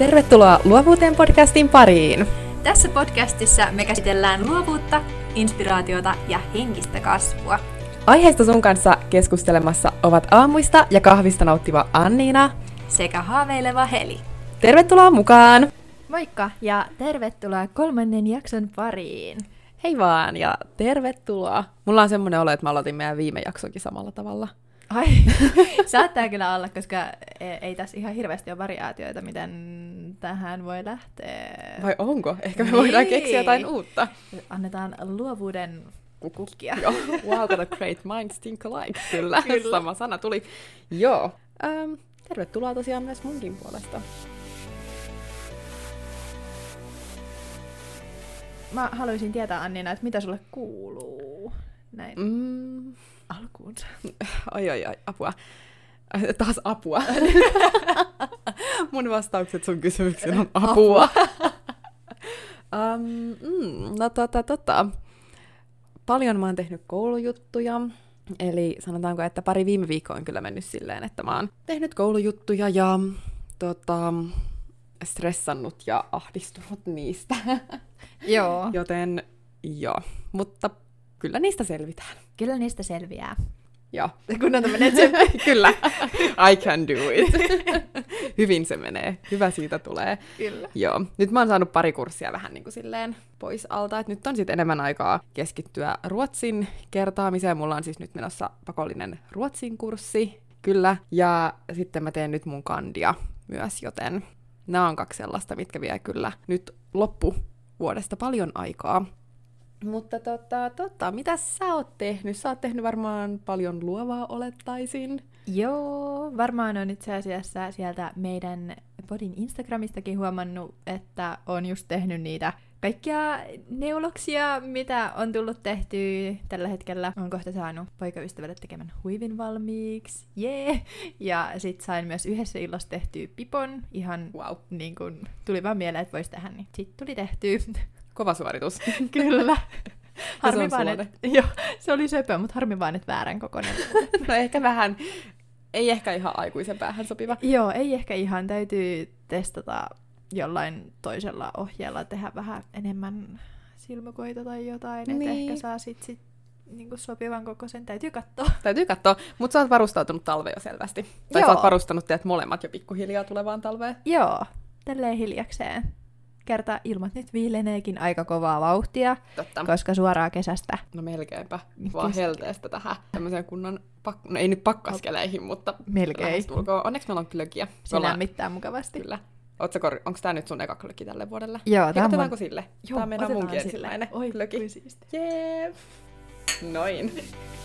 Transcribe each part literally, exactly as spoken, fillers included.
Tervetuloa Luovuuteen podcastin pariin! Tässä podcastissa me käsitellään luovuutta, inspiraatiota ja henkistä kasvua. Aiheesta sun kanssa keskustelemassa ovat aamuista ja kahvista nauttiva Anniina sekä haaveileva Heli. Tervetuloa mukaan! Moikka ja tervetuloa kolmannen jakson pariin. Hei vaan ja tervetuloa! Mulla on semmoinen olo, että mä aloitin meidän viime jaksokin samalla tavalla. Ai, saattaa kyllä olla, koska ei tässä ihan hirveästi ole variaatioita, miten tähän voi lähteä. Vai onko? Ehkä me niin. voidaan keksiä jotain uutta. Annetaan luovuuden kukkia. Joo, wow, the great minds think alike. Kyllä, Kyllä. Sama sana tuli. Joo, ähm, tervetuloa tosiaan myös munkin puolesta. Mä haluaisin tietää, Annina, että mitä sulle kuuluu näin Mm. alkuunsa. Ai ai ai, apua. Taas apua. Mun vastaukset sun kysymyksiin on apua. um, mm, no tota, tota. Paljon mä oon tehnyt koulujuttuja. Eli sanotaanko, että pari viime viikkoa on kyllä mennyt silleen, että mä oon tehnyt koulujuttuja ja tota, stressannut ja ahdistunut niistä. Joo. Joten joo, mutta kyllä niistä selvitään. Kyllä niistä selviää. Joo. Kun on tämmöinen tsemppi. Kyllä. I can do it. Hyvin se menee. Hyvä siitä tulee. Kyllä. Joo. Nyt mä oon saanut pari kurssia vähän niin kuin silleen pois alta. Et nyt on sitten enemmän aikaa keskittyä ruotsin kertaamiseen. Mulla on siis nyt menossa pakollinen ruotsin kurssi. Kyllä. Ja sitten mä teen nyt mun kandia myös, joten nämä on kaksi sellaista, mitkä vie kyllä nyt loppuvuodesta paljon aikaa. Mutta tota, tota, mitä sä oot tehnyt? Sä oot tehnyt varmaan paljon luovaa, olettaisin. Joo, varmaan on itse asiassa sieltä meidän podin Instagramistakin huomannut, että on just tehnyt niitä kaikkia neuloksia, mitä on tullut tehtyä tällä hetkellä. Olen kohta saanut poikaystävälle tekemän huivin valmiiksi. Jee! Yeah. Ja sit sain myös yhdessä illassa tehtyä pipon. Ihan wow. Niin kun tuli vaan mieleen, että vois tehdä, niin sit tuli tehtyä. Kova suoritus. Kyllä. Harmi se vaan, et, joo, se oli söpö, mutta harmi vaan, että väärän kokoinen. No ehkä vähän, ei ehkä ihan aikuisen päähän sopiva. Joo, ei ehkä ihan. Täytyy testata jollain toisella ohjeella, tehdä vähän enemmän silmäkoita tai jotain, niin. Että ehkä saa sit, sit niinku sopivan kokoisen. Täytyy katsoa. Täytyy katsoa, mutta sä oot varustautunut talveen jo selvästi. Tai joo. Sä oot varustanut teidät molemmat jo pikkuhiljaa tulevaan talveen. Joo, tälleen hiljakseen. Kerta ilmat nyt viileneekin aika kovaa vauhtia, Totta. Koska suoraa kesästä. No melkeinpä, vaan Kes... helteestä tähän tämmöiseen kunnon, pak... no ei nyt pakkaskeleihin, mutta melkein. Onneksi meillä on glögiä. Se lämmittää mukavasti. Kyllä. Kor... Onko tämä nyt sun eka glögi tälle vuodelle? Joo, tämä otetaanko mun... sille? Joo, tämä meidän munkin ensimmäinen Oi, glögi. Jee! Noin.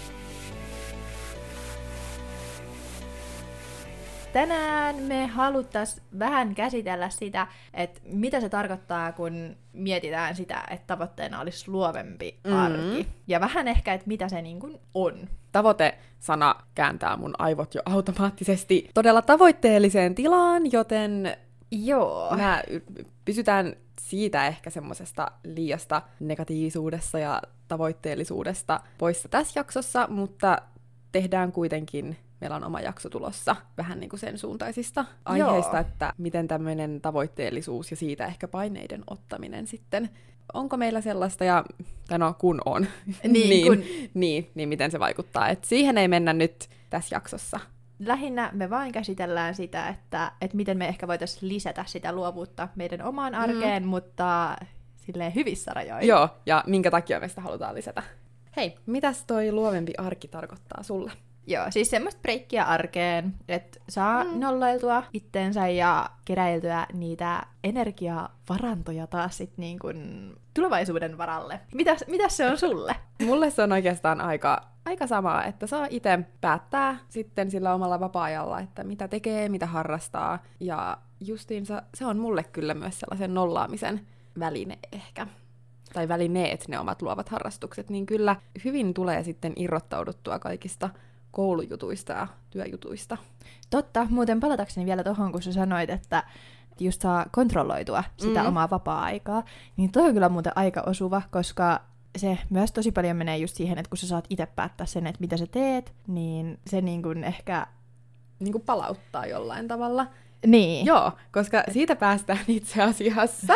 Tänään me haluttais vähän käsitellä sitä, että mitä se tarkoittaa, kun mietitään sitä, että tavoitteena olisi luovempi arki. Mm-hmm. Ja vähän ehkä, että mitä se niin kuin on. Tavoite-sana kääntää mun aivot jo automaattisesti todella tavoitteelliseen tilaan, joten joo. Mä pysytään siitä ehkä semmosesta liiasta negatiivisuudessa ja tavoitteellisuudesta poissa tässä jaksossa, mutta tehdään kuitenkin, meillä on oma jakso tulossa vähän niin kuin sen suuntaisista aiheista, Joo. että miten tämmöinen tavoitteellisuus ja siitä ehkä paineiden ottaminen sitten, onko meillä sellaista, ja, tai no kun on, niin, niin, kun... niin, niin miten se vaikuttaa, että siihen ei mennä nyt tässä jaksossa. Lähinnä me vain käsitellään sitä, että, että miten me ehkä voitaisiin lisätä sitä luovuutta meidän omaan arkeen, mm. mutta silleen hyvissä rajoin. Joo, ja minkä takia me sitä halutaan lisätä. Hei, mitäs toi luovempi arki tarkoittaa sulle? Joo, siis semmoista breikkiä arkeen, että saa mm. nollailtua itteensä ja keräiltyä niitä energiavarantoja taas sit niin kuin tulevaisuuden varalle. Mitäs, mitäs se on sulle? Mulle se on oikeastaan aika, aika samaa, että saa itse päättää sitten sillä omalla vapaa-ajalla, että mitä tekee, mitä harrastaa. Ja justiinsa se on mulle kyllä myös sellaisen nollaamisen väline ehkä. Tai välineet, ne omat luovat harrastukset, niin kyllä hyvin tulee sitten irrottauduttua kaikista koulujutuista ja työjutuista. Totta, muuten palatakseni vielä tohon, kun sä sanoit, että just saa kontrolloitua sitä mm-hmm. omaa vapaa-aikaa, niin toi on kyllä muuten aika osuva, koska se myös tosi paljon menee just siihen, että kun sä saat itse päättää sen, että mitä sä teet, niin se niin kuin ehkä niin kuin palauttaa jollain tavalla. Niin. Joo, koska siitä päästään itse asiassa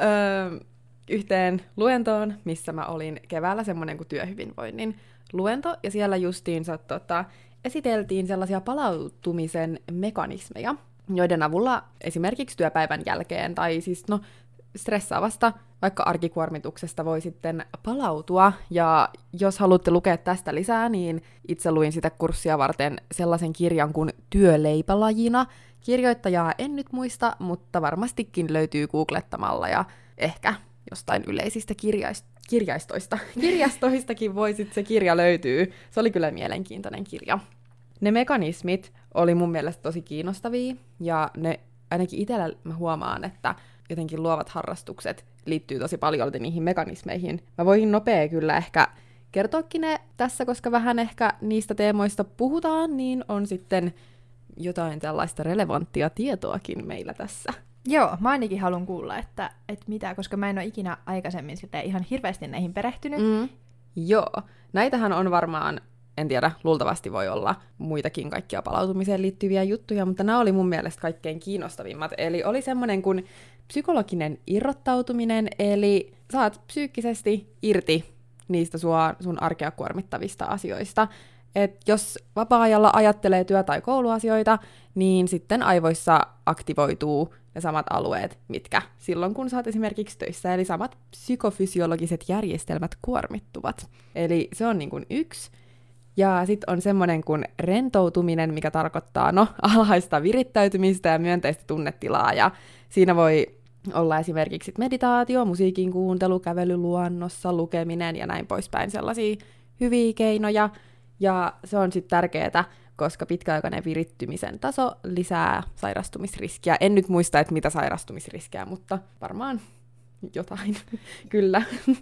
öö, yhteen luentoon, missä mä olin keväällä, semmoinen kuin työhyvinvoinnin luento, ja siellä justiinsa tota, esiteltiin sellaisia palautumisen mekanismeja, joiden avulla esimerkiksi työpäivän jälkeen, tai siis no stressaavasta, vaikka arkikuormituksesta voi sitten palautua, ja jos haluatte lukea tästä lisää, niin itse luin sitä kurssia varten sellaisen kirjan kuin Työleipälajina. Kirjoittajaa en nyt muista, mutta varmastikin löytyy googlettamalla, ja ehkä jostain yleisistä kirjaist- kirjaistoista. Kirjastoistakin voi sitten se kirja löytyy. Se oli kyllä mielenkiintoinen kirja. Ne mekanismit oli mun mielestä tosi kiinnostavia, ja ne ainakin itsellä mä huomaan, että jotenkin luovat harrastukset liittyy tosi paljon niihin mekanismeihin. Mä voisin nopea kyllä ehkä kertoakin ne tässä, koska vähän ehkä niistä teemoista puhutaan, niin on sitten jotain tällaista relevanttia tietoakin meillä tässä. Joo, mä ainakin haluan kuulla, että, että mitä, koska mä en ole ikinä aikaisemmin ihan hirveästi näihin perehtynyt. Mm. Joo, näitähän on varmaan, en tiedä, luultavasti voi olla muitakin kaikkia palautumiseen liittyviä juttuja, mutta nämä oli mun mielestä kaikkein kiinnostavimmat. Eli oli semmoinen kuin psykologinen irrottautuminen, eli saat psyykkisesti irti niistä sua, sun arkea kuormittavista asioista. Et jos vapaa-ajalla ajattelee työ- tai kouluasioita, niin sitten aivoissa aktivoituu ne samat alueet, mitkä silloin kun sä oot esimerkiksi töissä, eli samat psykofysiologiset järjestelmät kuormittuvat. Eli se on niin kuin yksi. Ja sitten on semmoinen kuin rentoutuminen, mikä tarkoittaa no, alhaista virittäytymistä ja myönteistä tunnetilaa. Ja siinä voi olla esimerkiksi meditaatio, musiikin kuuntelu, kävely luonnossa, lukeminen ja näin poispäin, sellaisia hyviä keinoja. Ja se on sitten tärkeää, koska pitkäaikainen virittymisen taso lisää sairastumisriskiä. En nyt muista, että mitä sairastumisriskiä, mutta varmaan jotain, kyllä.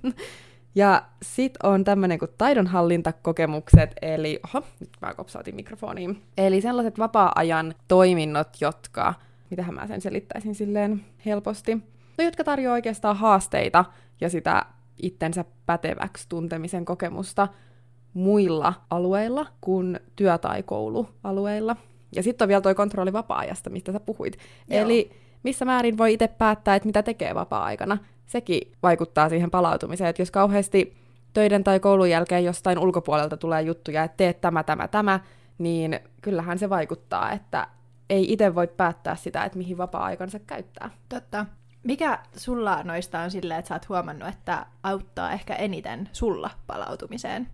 Ja sit on tämmönen kuin taidonhallintakokemukset, eli, oho, nyt mä kopsautin mikrofoniin. Eli sellaiset vapaa-ajan toiminnot, jotka, mitähän mä sen selittäisin silleen helposti, no jotka tarjoaa oikeastaan haasteita ja sitä itsensä päteväksi tuntemisen kokemusta muilla alueilla kuin työ- tai koulualueilla. Ja sitten on vielä toi kontrolli vapaa-ajasta, mistä sä puhuit. Joo. Eli missä määrin voi itse päättää, että mitä tekee vapaa-aikana. Sekin vaikuttaa siihen palautumiseen, että jos kauheasti töiden tai koulun jälkeen jostain ulkopuolelta tulee juttuja, että teet tämä, tämä, tämä, niin kyllähän se vaikuttaa, että ei itse voi päättää sitä, että mihin vapaa-aikansa käyttää. Totta. Mikä sulla noista on silleen, että sä oot huomannut, että auttaa ehkä eniten sulla palautumiseen?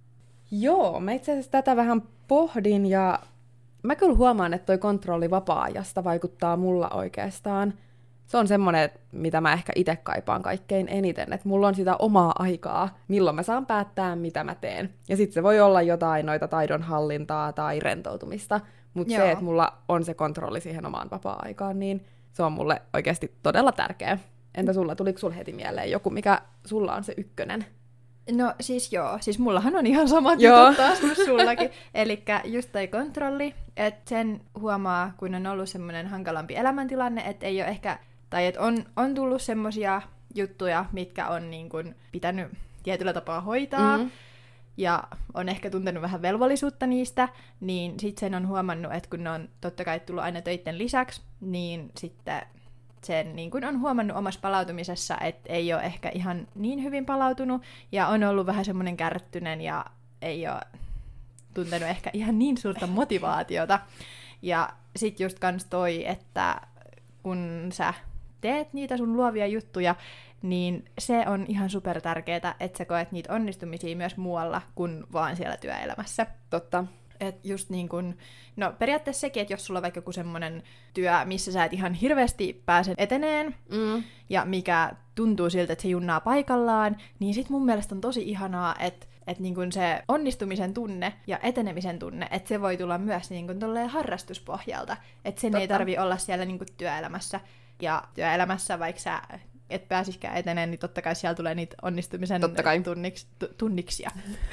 Joo, mä itse asiassa tätä vähän pohdin, ja mä kyllä huomaan, että toi kontrolli vapaa-ajasta vaikuttaa mulla oikeastaan. Se on semmoinen, mitä mä ehkä itse kaipaan kaikkein eniten, että mulla on sitä omaa aikaa, milloin mä saan päättää, mitä mä teen. Ja sitten se voi olla jotain noita taidonhallintaa tai rentoutumista, mutta se, että mulla on se kontrolli siihen omaan vapaa-aikaan, niin se on mulle oikeasti todella tärkeä. Entä sulla, tuliko sulla heti mieleen joku, mikä sulla on se ykkönen? No siis joo, siis mullahan on ihan samat jutut taas kuin sullakin. Elikkä just toi kontrolli, että sen huomaa, kun on ollut semmoinen hankalampi elämäntilanne, että ei ole ehkä, tai että on, on tullut semmosia juttuja, mitkä on niin kuin pitänyt tietyllä tapaa hoitaa, mm-hmm. ja on ehkä tuntenut vähän velvollisuutta niistä, niin sit sen on huomannut, että kun ne on totta kai tullut aina töiden lisäksi, niin sitten sen niin kuin on huomannut omassa palautumisessa, että ei ole ehkä ihan niin hyvin palautunut, ja on ollut vähän semmoinen kärttynen, ja ei ole tuntenut ehkä ihan niin suurta motivaatiota. Ja sit just kans toi, että kun sä teet niitä sun luovia juttuja, niin se on ihan super tärkeetä, että sä koet niitä onnistumisia myös muualla kuin vaan siellä työelämässä. Totta. Et just niin kun, no periaatteessa sekin, että jos sulla on vaikka joku semmoinen työ, missä sä et ihan hirveästi pääse eteneen, mm. ja mikä tuntuu siltä, että se junnaa paikallaan, niin sit mun mielestä on tosi ihanaa, että et niin kun se onnistumisen tunne ja etenemisen tunne, että se voi tulla myös niin kun tolleen harrastuspohjalta. Että sen Totta. Ei tarvi olla siellä niin kun työelämässä. Ja työelämässä, vaikka sä et pääsiskään eteneen, niin totta kai siellä tulee niitä onnistumisen tunniks, tu, tunniksia.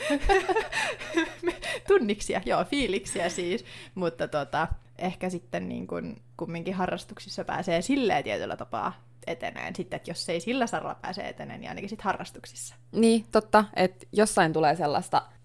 tunniksia, joo, fiiliksiä siis. Mutta tota, ehkä sitten niin kun, kumminkin harrastuksissa pääsee silleen tietyllä tapaa eteneen. Sitten, että jos ei sillä saralla pääse eteneen, niin ainakin sitten harrastuksissa. Niin, totta, että jossain tulee sellaista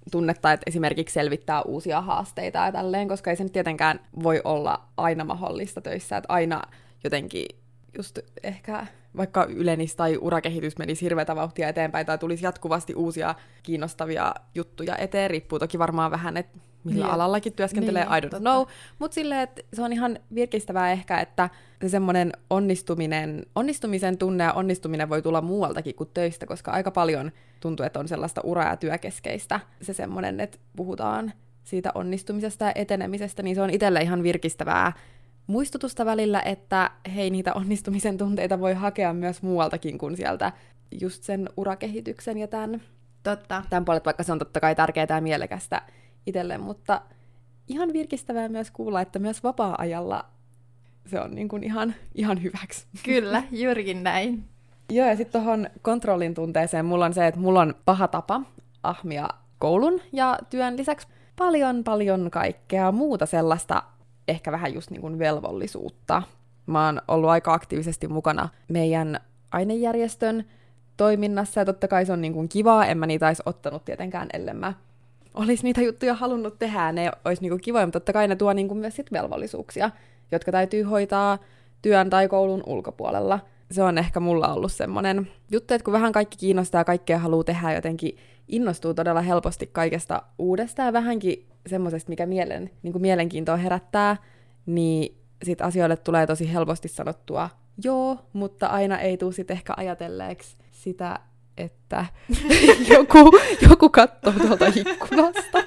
tunnetta, että esimerkiksi selvittää uusia haasteita ja tälleen, koska ei se nyt tietenkään voi olla aina mahdollista töissä, että aina jotenkin just ehkä vaikka ylenis tai urakehitys menisi hirveätä vauhtia eteenpäin tai tulisi jatkuvasti uusia kiinnostavia juttuja eteen, riippuu toki varmaan vähän, että millä niin. alallakin työskentelee, niin, I don't totta. know, mutta silleen, että se on ihan virkistävää ehkä, että se semmoinen onnistuminen, onnistumisen tunne ja onnistuminen voi tulla muualtakin kuin töistä, koska aika paljon tuntuu, että on sellaista ura- ja työkeskeistä se semmoinen, että puhutaan siitä onnistumisesta ja etenemisestä, niin se on itselle ihan virkistävää muistutusta välillä, että hei, niitä onnistumisen tunteita voi hakea myös muualtakin kuin sieltä just sen urakehityksen ja tämän, Totta. tämän puolet, vaikka se on totta kai tärkeää ja mielekästä itselle, mutta ihan virkistävää myös kuulla, että myös vapaa-ajalla se on niin kuin ihan, ihan hyväksi. Kyllä, juurikin näin. Joo, ja sitten tuohon kontrollin tunteeseen mulla on se, että mulla on paha tapa ahmia koulun ja työn lisäksi paljon, paljon kaikkea muuta sellaista, ehkä vähän just niin kuin velvollisuutta. Mä oon ollut aika aktiivisesti mukana meidän ainejärjestön toiminnassa, ja totta kai se on niin kuin kivaa, en mä niitä olisi ottanut tietenkään, ellen mä olisi niitä juttuja halunnut tehdä, ne olisi niin kuin kivoja, mutta totta kai ne tuo niin kuin myös sit velvollisuuksia, jotka täytyy hoitaa työn tai koulun ulkopuolella. Se on ehkä mulla ollut semmoinen juttu, että kun vähän kaikki kiinnostaa ja kaikkea haluaa tehdä, jotenkin innostuu todella helposti kaikesta uudesta ja vähänkin semmoisesta, mikä mielen, niin kuin mielenkiintoa herättää, niin sit asioille tulee tosi helposti sanottua joo, mutta aina ei tule sit ehkä ajatelleeksi sitä, että joku, joku katsoo tuolta ikkunasta.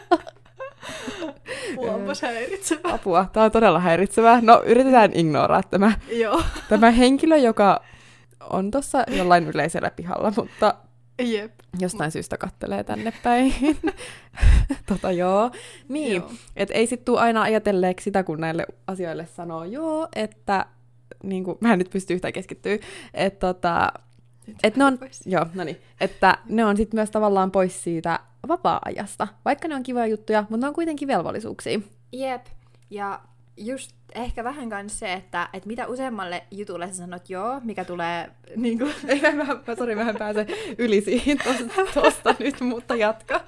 Apua, onpas häiritsevää. Apua, tää on todella häiritsevää. No, yritetään ignoraa tämä, Joo. tämä henkilö, joka on tuossa jollain yleisellä pihalla, mutta Jep. jostain syystä kattelee tänne päin. tota joo. Niin, joo. Et ei sit tule aina ajatelleeksi sitä, kun näille asioille sanoo joo, että niin kuin, mä en nyt pysty yhtään keskittyä, että tota, et ne on, joo, no niin, että ne on sit myös tavallaan pois siitä vapaa-ajasta, vaikka ne on kivoja juttuja, mutta ne on kuitenkin velvollisuuksia. Jep, ja just ehkä vähän kans se, että et mitä useammalle jutulle sä sanot joo, mikä tulee niinku... Ei, mä, mä, sori, mä en pääse yli siihen tosta, tosta nyt, mutta jatka.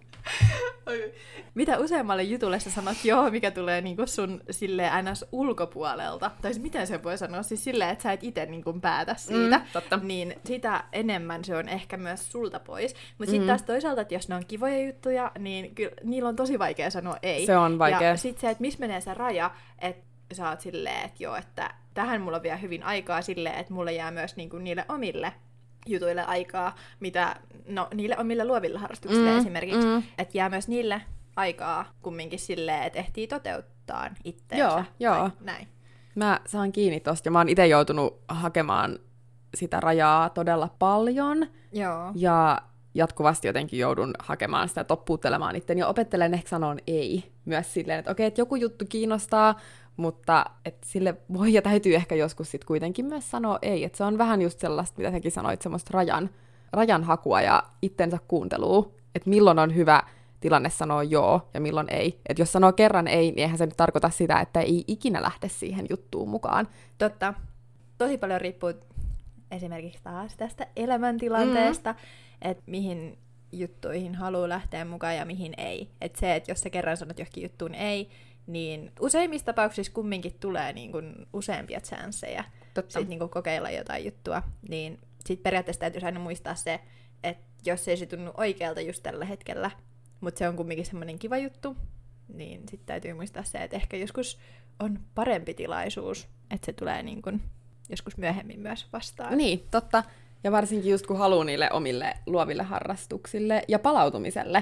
Mitä useammalle jutulle sä sanot joo, mikä tulee niinku sun silleen ns. Ulkopuolelta, tai siis miten se voi sanoa, siis silleen, että sä et ite niinku päätä siitä, mm, totta. Niin sitä enemmän se on ehkä myös sulta pois. Mutta mm. sitten taas toisaalta, että jos ne on kivoja juttuja, niin kyllä niillä on tosi vaikea sanoa ei. Se on vaikea. Ja sitten se, että missä menee se raja, että sä oot silleen, että joo, että tähän mulla on vielä hyvin aikaa silleen, että mulle jää myös niinku niille omille jutuille aikaa, mitä, no niille omille luoville harrastuksille mm, esimerkiksi, mm. että jää myös niille aikaa kumminkin silleen, että ehtii toteuttaa itteensä. Joo, joo. Näin. Mä saan kiinni tosta, ja mä oon itse joutunut hakemaan sitä rajaa todella paljon, joo. ja jatkuvasti jotenkin joudun hakemaan sitä, toppuuttelemaan itteni, ja opettelen ehkä sanon ei myös silleen, että okei, että joku juttu kiinnostaa, mutta et sille voi ja täytyy ehkä joskus sit kuitenkin myös sanoa ei, että se on vähän just sellaista, mitä säkin sanoit, semmoista rajan, rajan hakua ja itsensä kuuntelua, että milloin on hyvä tilanne sanoa joo ja milloin ei. Että jos sanoo kerran ei, niin eihän se nyt tarkoita sitä, että ei ikinä lähde siihen juttuun mukaan. Totta. Tosi paljon riippuu esimerkiksi taas tästä elämäntilanteesta, mm. että mihin juttuihin haluaa lähteä mukaan ja mihin ei. Että se, että jos sä kerran sanot johonkin juttuun ei, niin useimmissa tapauksissa kumminkin tulee niin kuin useampia chansseja sit niin kuin kokeilla jotain juttua. Niin sit periaatteessa täytyy aina muistaa se, että jos ei se tunnu oikealta just tällä hetkellä, mutta se on kumminkin semmoinen kiva juttu, niin sitten täytyy muistaa se, että ehkä joskus on parempi tilaisuus, että se tulee niin kun joskus myöhemmin myös vastaan. Niin, totta. Ja varsinkin just kun haluaa niille omille luoville harrastuksille ja palautumiselle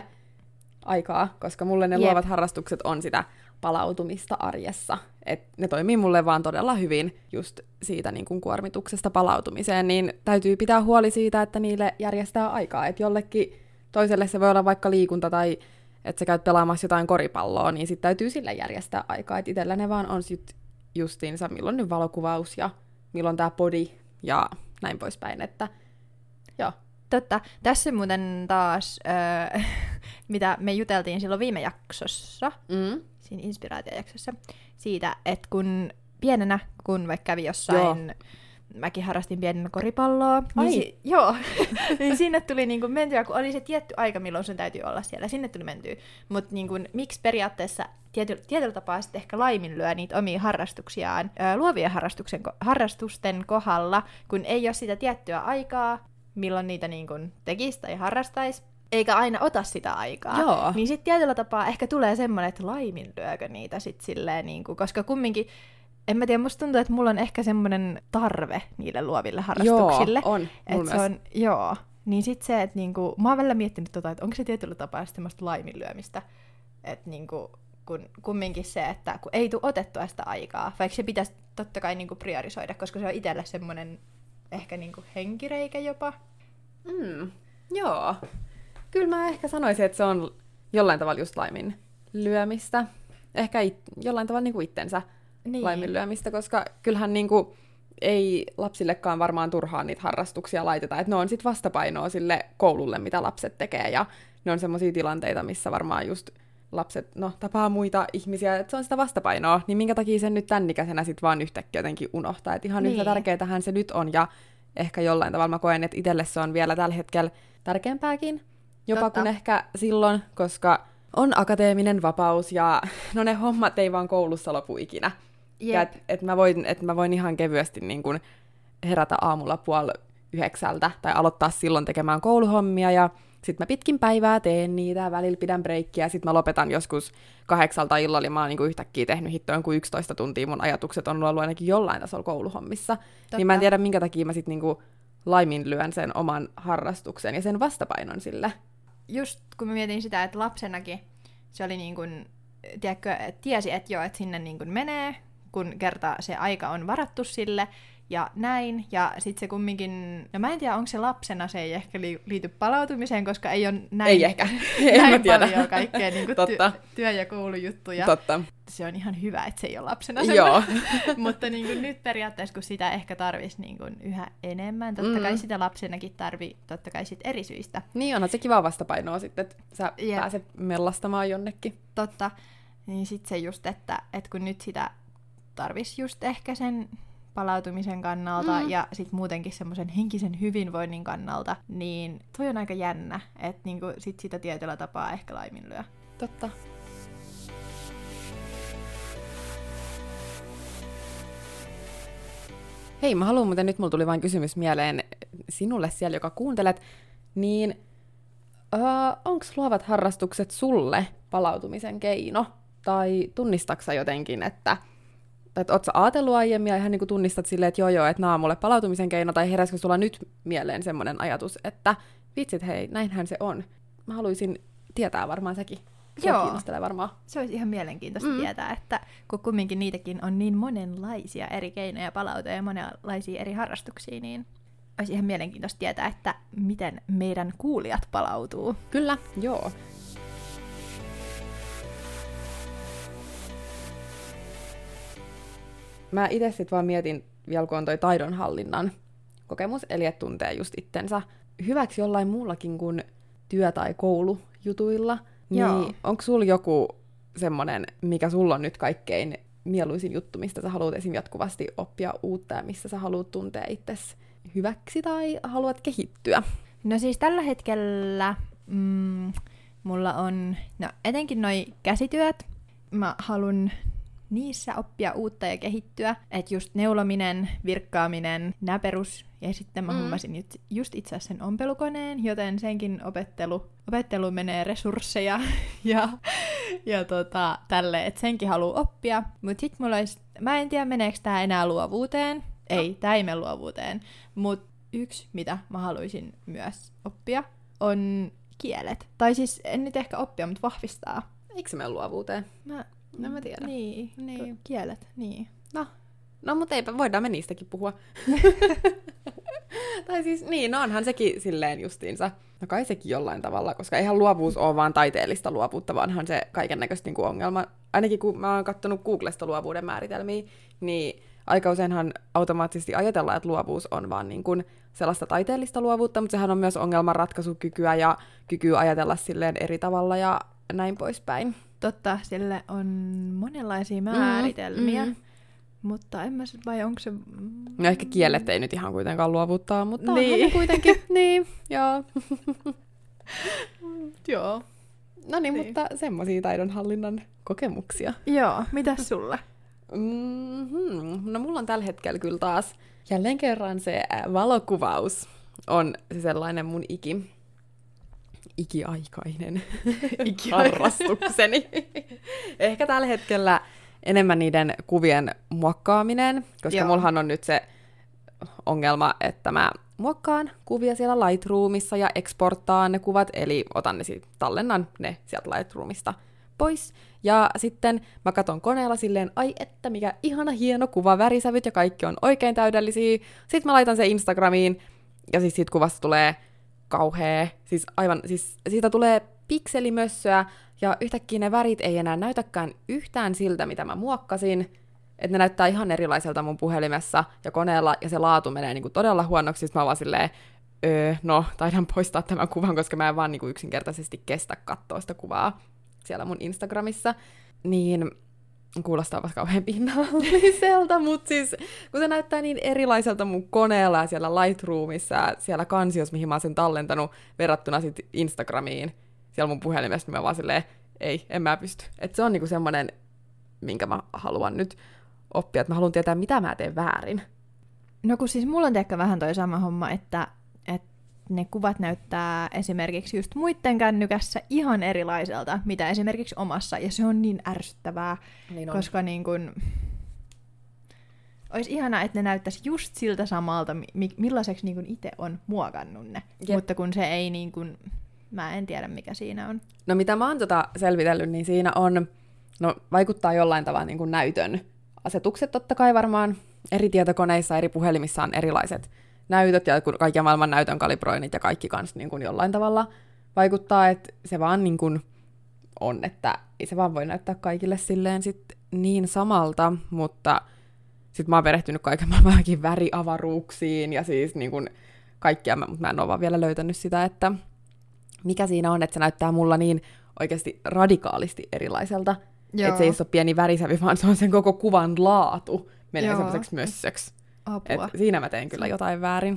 aikaa, koska mulle ne Jep. luovat harrastukset on sitä palautumista arjessa. Et ne toimii mulle vaan todella hyvin just siitä niin kun kuormituksesta palautumiseen, niin täytyy pitää huoli siitä, että niille järjestää aikaa. Et jollekin toiselle se voi olla vaikka liikunta tai että sä käyt pelaamassa jotain koripalloa, niin sitten täytyy sille järjestää aikaa. Et itsellä ne vaan on sit justiinsa, milloin nyt valokuvaus ja milloin tää podi ja näin poispäin. Että joo. Totta. Tässä muuten taas, öö, mitä me juteltiin silloin viime jaksossa, mm. siinä inspiraatiojaksossa, siitä, että kun pienenä, kun vaikka kävi jossain Joo. mäkin harrastin pienenä koripalloa. Ai. Niin si- joo, niin sinne tuli niinku mentyä, kun oli se tietty aika, milloin sen täytyy olla siellä. Sinne tuli mentyä. Mutta niinku, miksi periaatteessa tiety- tietyllä tapaa sitten ehkä laiminlyö niitä omia harrastuksiaan ää, luovien harrastuksen, harrastusten kohdalla, kun ei ole sitä tiettyä aikaa, milloin niitä niinku tekisi tai harrastaisi, eikä aina ota sitä aikaa. Joo. Niin sitten tietyllä tapaa ehkä tulee semmoinen, että laiminlyökö niitä sitten silleen, niinku, koska kumminkin, en mä tiedä, musta tuntuu, että mulla on ehkä semmoinen tarve niille luoville harrastuksille. Joo, on. Et se on, joo. Niin sit se, että niinku, mä oon välillä miettinyt tota, että onko se tietyllä tapaa semmoista laiminlyömistä. Että niinku, kun kumminkin se, että kun ei tule otettua sitä aikaa, vaikka se pitäisi totta kai niinku priorisoida, koska se on itselle semmoinen ehkä niinku henkireikä jopa. Mm, joo. Kyllä mä ehkä sanoisin, että se on jollain tavalla just laiminlyömistä. Ehkä it, jollain tavalla niinku itsensä niin. laiminlyömistä, koska kyllähän niinku ei lapsillekaan varmaan turhaan niitä harrastuksia laiteta. Että ne on sit vastapainoa sille koululle, mitä lapset tekee. Ja ne on semmoisia tilanteita, missä varmaan just lapset, no, tapaa muita ihmisiä, että se on sitä vastapainoa. Niin minkä takia sen nyt tän ikäisenä sit vaan yhtäkkiä jotenkin unohtaa. Että ihan niin. yhtä tärkeätähän se nyt on. Ja ehkä jollain tavalla mä koen, että itselle se on vielä tällä hetkellä tärkeämpääkin. Jopa Totta. kuin ehkä silloin, koska on akateeminen vapaus ja no ne hommat ei vaan koulussa lopu ikinä. Yep. Että et mä, et mä voin ihan kevyesti niin kun herätä aamulla puoli yhdeksältä tai aloittaa silloin tekemään kouluhommia ja sit mä pitkin päivää teen niitä, välillä pidän breikkiä, sit mä lopetan joskus kahdeksalta illalla ja mä oon niin yhtäkkiä tehnyt hittoon kuin yksitoista tuntia, mun ajatukset on ollut ainakin jollain tasolla kouluhommissa. Totta. Niin mä en tiedä minkä takia mä sit niin kuin laiminlyön sen oman harrastuksen ja sen vastapainon sille. Just kun mä mietin sitä, että lapsenakin se oli niin kuin, tiedätkö, tiesi, että joo, että sinne niin kuin menee, kun kerta se aika on varattu sille, ja näin, ja sitten se kumminkin, no mä en tiedä, onko se lapsena, se ei ehkä liity palautumiseen, koska ei ole näin, ei ehkä. näin paljon kaikkea niin kuin työ, työ- ja koulujuttuja. Totta. Se on ihan hyvä, että se ei ole lapsena semmoinen. Mutta niin kuin nyt periaatteessa, kun sitä ehkä tarvitsisi niin kuin yhä enemmän, totta kai mm. sitä lapsenakin tarvii, totta kai sit eri syistä. Niin onhan se kiva vastapainoa sitten, että sä yep. pääset mellastamaan jonnekin. Totta. Niin sitten se just, että, että kun nyt sitä tarvitsisi just ehkä sen palautumisen kannalta mm. ja sit muutenkin semmoisen henkisen hyvinvoinnin kannalta, niin toi on aika jännä, että niinku sit sitä tietyllä tapaa ehkä laiminlyö. Totta. Hei, mä haluan, mutta nyt mulla tuli vain kysymys mieleen sinulle siellä, joka kuuntelet, niin uh, onko luovat harrastukset sulle palautumisen keino? Tai tunnistaksä jotenkin, että että oot sä ajatellut aiemmin ja ihan niin kuin tunnistat silleen, että joo joo, että nää on mulle palautumisen keino, tai heräskö sulla nyt mieleen semmoinen ajatus, että vitsit hei, näinhän se on. Mä haluaisin tietää varmaan sekin. Se joo. kiinnostelee varmaan. Se olisi ihan mielenkiintoista mm. tietää, että kun kumminkin niitäkin on niin monenlaisia eri keinoja palautua ja monenlaisia eri harrastuksia, niin olisi ihan mielenkiintoista tietää, että miten meidän kuulijat palautuu. Kyllä, joo. Mä itse sit vaan mietin, vielä kun on toi taidonhallinnan kokemus, eli että tuntee just itsensä hyväksi jollain muullakin kuin työ- tai koulujutuilla, niin onko sulla joku semmonen, mikä sulla on nyt kaikkein mieluisin juttu, mistä sä haluat esim. Jatkuvasti oppia uutta ja missä sä haluat tuntea itsesi hyväksi tai haluat kehittyä? No siis tällä hetkellä mm, mulla on, no etenkin noi käsityöt, mä haluan niissä oppia uutta ja kehittyä. Että just neulominen, virkkaaminen, näperus. Ja sitten mä mm. hommasin just, just itse asiassa sen ompelukoneen, joten senkin opettelu, opettelu menee resursseja ja, ja tota, tälle, että senkin haluaa oppia. Mut sit mulla olisi, mä en tiedä meneekö tää enää luovuuteen. Ei, no. Tää ei mene luovuuteen. Mut yksi, mitä mä haluaisin myös oppia, on kielet. Tai siis en nyt ehkä oppia, mutta vahvistaa. Eikö se mene luovuuteen? Mä No mä tiedän. Niin, niin. Kielet, niin. No, no mutta eipä, voidaan me niistäkin puhua. Tai siis, niin, no onhan sekin silleen justiinsa. No kai sekin jollain tavalla, koska eihän luovuus ole vaan taiteellista luovuutta, vaanhan se kaiken näköistä niinku ongelma. Ainakin kun mä oon kattonut Googlesta luovuuden määritelmiä, niin aika useinhan automaattisesti ajatellaan, että luovuus on vaan niin kuin sellaista taiteellista luovuutta, mutta sehän on myös ongelmanratkaisukykyä ja kykyä ajatella silleen eri tavalla ja näin poispäin. Totta, sille on monenlaisia määritelmiä, mm, mm. Mutta en mä sit, vai onko se... No ehkä kielet ei nyt ihan kuitenkaan luovuttaa, mutta Niin. onhan ne kuitenkin. Niin, joo. Joo. No niin, Niin. mutta semmoisia taidonhallinnan kokemuksia. Joo, mitäs sulle? Mm-hmm. No mulla on tällä hetkellä kyllä taas jälleen kerran se äh, valokuvaus on se sellainen mun iki, ikiaikainen harrastukseni. Ehkä tällä hetkellä enemmän niiden kuvien muokkaaminen, koska Joo. mullahan on nyt se ongelma, että mä muokkaan kuvia siellä Lightroomissa ja exporttaan ne kuvat, eli otan ne sit, tallennan ne sieltä Lightroomista pois. Ja sitten mä katon koneella silleen, ai että mikä ihana hieno kuva, värisävyt ja kaikki on oikein täydellisiä. Sitten mä laitan sen Instagramiin, ja siis siitä kuvasta tulee kauhea, siis aivan, siis siitä tulee pikselimössöä, ja yhtäkkiä ne värit ei enää näytäkään yhtään siltä, mitä mä muokkasin. Että ne näyttää ihan erilaiselta mun puhelimessa ja koneella, ja se laatu menee niinku todella huonoksi. Sitten mä oon vaan silleen, öö, no, taidan poistaa tämän kuvan, koska mä en vaan niinku yksinkertaisesti kestä katsoa sitä kuvaa siellä mun Instagramissa. Niin kuulostaa vasta kauhean pinnalliselta, mutta siis kun se näyttää niin erilaiselta mun koneella ja siellä Lightroomissa ja siellä kansiossa, mihin mä oon sen tallentanut, verrattuna sit Instagramiin siellä mun puhelimessa, niin mä vaan silleen, ei, en mä pysty. Että se on niinku semmonen, minkä mä haluan nyt oppia, että mä haluan tietää, mitä mä teen väärin. No kun siis mulla on ehkä vähän toi sama homma, että, että ne kuvat näyttää esimerkiksi just muiden kännykässä ihan erilaiselta, mitä esimerkiksi omassa, ja se on niin ärsyttävää, Niin on. koska niin kun... olisi ihanaa, että ne näyttäisi just siltä samalta, mi- millaiseksi niin kun itse on muokannut ne, Jep. mutta kun se ei niin kun... Mä en tiedä, mikä siinä on. No mitä mä oon tota selvitellyt, niin siinä on, no vaikuttaa jollain tavalla niin kuin näytön asetukset totta kai varmaan. Eri tietokoneissa, eri puhelimissa on erilaiset näytöt ja kun kaiken maailman näytön kalibroinnit ja kaikki kanssa niin kuin jollain tavalla vaikuttaa, että se vaan niin kuin on, että ei se vaan voi näyttää kaikille silleen sit niin samalta, mutta sit mä oon perehtynyt kaiken maailmankin väriavaruuksiin ja siis niin kuin kaikkia, mutta mä en ole vaan vielä löytänyt sitä, että mikä siinä on, että se näyttää mulla niin oikeasti radikaalisti erilaiselta. Että se ei ole pieni värisävy, vaan se on sen koko kuvan laatu menee Joo. semmoiseksi mössöksi. Apua. Et siinä mä teen kyllä jotain väärin.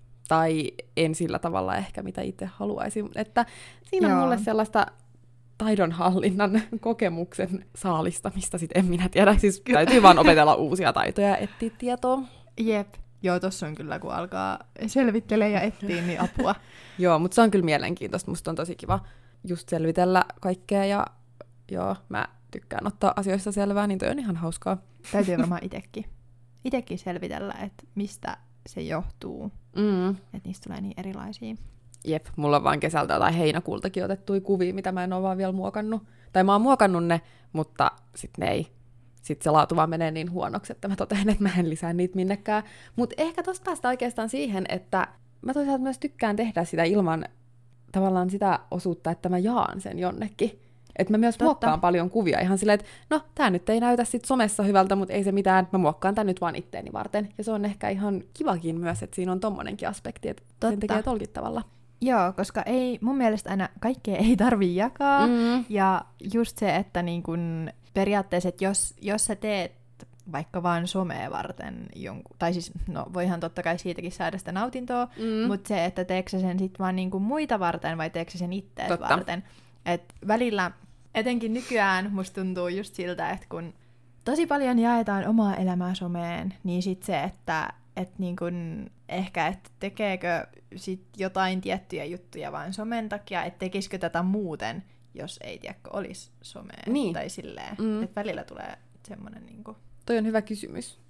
Tai en sillä tavalla ehkä, mitä itse haluaisin. Että siinä Joo. on mulle sellaista taidonhallinnan kokemuksen saalistamista, sit en minä tiedä. Siis täytyy vaan opetella uusia taitoja ja etsiä tietoa. Jep. Joo, tossa on kyllä, kun alkaa selvittelee ja etsiä, niin apua. Joo, mutta se on kyllä mielenkiintoista. Musta on tosi kiva just selvitellä kaikkea ja joo, mä tykkään ottaa asioista selvää, niin toi on ihan hauskaa. Täytyy varmaan itekin. Itekin selvitellä, että mistä se johtuu, Mm. että niistä tulee niin erilaisia. Jep, mulla on vaan kesältä tai heinäkuultakin otettuja kuvia, mitä mä en ole vaan vielä muokannut. Tai mä oon muokannut ne, mutta sit ne ei. Sitten se laatu vaan menee niin huonoksi, että mä totean, että mä en lisää niitä minnekään. Mutta ehkä tosta päästä oikeastaan siihen, että mä toisaalta myös tykkään tehdä sitä ilman tavallaan sitä osuutta, että mä jaan sen jonnekin. Että mä myös Totta. muokkaan paljon kuvia ihan silleen, että no, tää nyt ei näytä sit somessa hyvältä, mutta ei se mitään, mä muokkaan tän nyt vaan itteeni varten. Ja se on ehkä ihan kivakin myös, että siinä on tommonenkin aspekti, että sen Totta. tekee tolkin tavalla. Joo, koska ei, mun mielestä aina kaikkea ei tarvii jakaa. Mm. Ja just se, että niin kun periaatteessa, että jos, jos sä teet vaikka vaan somea varten jonkun, tai siis, no voihan totta kai siitäkin saada sitä nautintoa, Mm. mutta se, että teekö sä sen sit vaan niin kuin muita varten vai teekö sä sen ittees Totta. varten. Et välillä, etenkin nykyään, musta tuntuu just siltä, että kun tosi paljon jaetaan omaa elämää someen, niin sit se, että et niin kun ehkä, että tekeekö sit jotain tiettyjä juttuja vain somen takia, että tekisikö tätä muuten, jos ei tiedäkö olisi somea. Niin. Tai silleen, Mm. että välillä tulee semmoinen niinku... Toi on hyvä kysymys.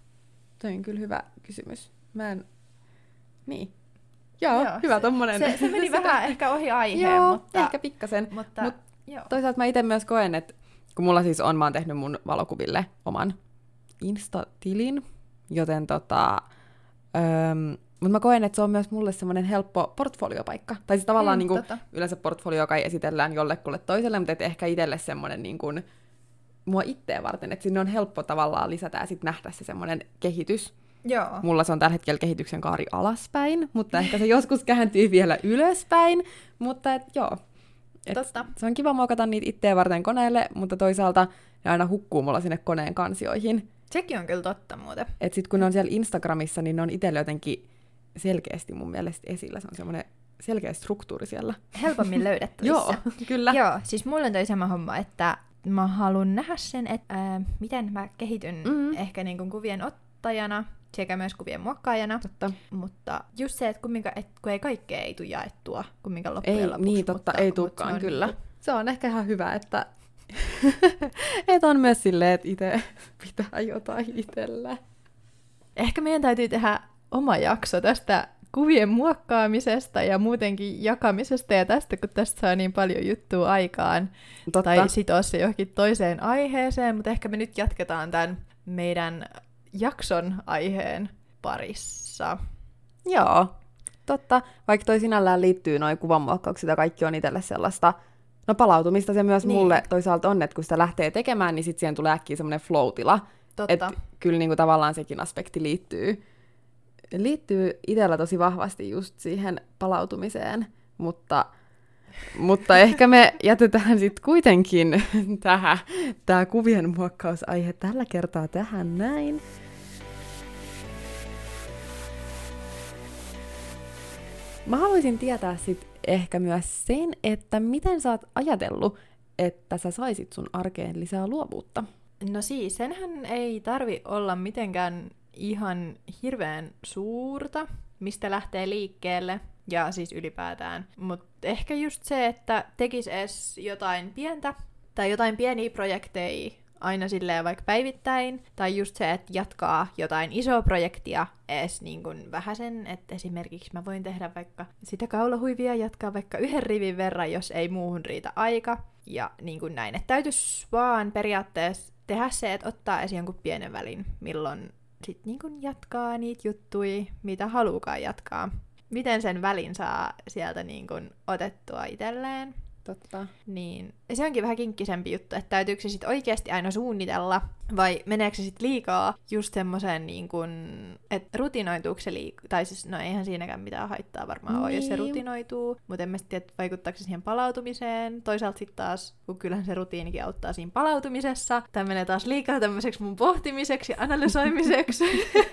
Toi on kyllä hyvä kysymys. Mä en... Niin. Joo, Joo, hyvä se- tommonen. Se, se meni vähän ehkä ohi aiheen, Joo, mutta... ehkä pikkasen. mutta Mut joo. Toisaalta mä itse myös koen, että kun mulla siis on, mä oon tehnyt mun valokuville oman Insta-tilin, joten tota... Öm, mutta mä koen, että se on myös mulle semmoinen helppo portfoliopaikka. Tai siis tavallaan Mm, niin kuin, totta. yleensä portfolio kai esitellään jollekulle toiselle, mutta et ehkä itselle semmoinen niin kuin, mua itteen varten, että sinne on helppo tavallaan lisätä ja sitten nähdä se semmoinen kehitys. Joo. Mulla se on tällä hetkellä kehityksen kaari alaspäin, mutta ehkä se joskus kääntyy vielä ylöspäin, mutta et, joo. Et Totta. se on kiva muokata niitä itteen varten koneelle, mutta toisaalta ne aina hukkuu mulla sinne koneen kansioihin. Sekin on kyllä totta muuten. Et sit kun ne on siellä Instagramissa, niin ne on itselle jotenkin selkeästi mun mielestä esillä. Se on semmoinen selkeä struktuuri siellä. Helpommin löydettävissä. Joo, kyllä. Joo, siis mulla on toi sama homma, että mä haluan nähdä sen, että äh, miten mä kehityn mm-hmm. ehkä niinku kuvien ottajana sekä myös kuvien muokkaajana. Totta. Mutta just se, että kumminka, et, kun ei kaikkea ei tule jaettua kumminkaan loppujen ei, lopuksi. Niin, totta, mutta, ei mutta tulekaan se on kyllä. Niinku... Se on ehkä ihan hyvä, että et on myös silleen, että itse pitää jotain itsellä. Ehkä meidän täytyy tehdä oma jakso tästä kuvien muokkaamisesta ja muutenkin jakamisesta ja tästä, kun tästä saa niin paljon juttua aikaan. Totta. Tai sitoa se johonkin toiseen aiheeseen, mutta ehkä me nyt jatketaan tämän meidän jakson aiheen parissa. Joo, totta. Vaikka toi sinällään liittyy noin kuvanmuokkaukset ja kaikki on itselle sellaista, no palautumista se myös niin. Mulle toisaalta on, että kun sitä lähtee tekemään, niin sitten siihen tulee äkkiä semmoinen flow-tila. Totta. Että kyllä niinku tavallaan sekin aspekti liittyy, liittyy itsellä tosi vahvasti just siihen palautumiseen, mutta, mutta ehkä me jätetään sitten kuitenkin tähän, tämä kuvien muokkausaihe tällä kertaa tähän näin. Mä haluaisin tietää sit ehkä myös sen, että miten sä oot ajatellut, että sä saisit sun arkeen lisää luovuutta? No siis, senhän ei tarvi olla mitenkään ihan hirveän suurta, mistä lähtee liikkeelle, ja siis ylipäätään. Mutta ehkä just se, että tekisi edes jotain pientä, tai jotain pieniä projekteja, aina silleen vaikka päivittäin, tai just se, että jatkaa jotain isoa projektia edes niin kuin vähäsen, että esimerkiksi mä voin tehdä vaikka sitä kaulahuivia jatkaa vaikka yhden rivin verran, jos ei muuhun riitä aika, ja niin kuin näin. Että täytyisi vaan periaatteessa tehdä se, että ottaa esiin jonkun pienen välin, milloin sit niin kuin jatkaa niitä juttuja, mitä haluukaan jatkaa. Miten sen välin saa sieltä niin kuin otettua itselleen. Totta. Niin se onkin vähän kinkkisempi juttu, että täytyykö se sitten oikeasti aina suunnitella, vai meneekö se sitten liikaa just semmoiseen niin kuin, että rutinoituuko se liikaa, tai siis no eihän siinäkään mitään haittaa varmaan niin. ole, jos se rutinoituu, mutta en mä sitten tiedä, vaikuttaako se siihen palautumiseen, toisaalta sitten taas, kun kyllähän se rutiinikin auttaa siinä palautumisessa, tämä menee taas liikaa tämmöiseksi mun pohtimiseksi ja analysoimiseksi.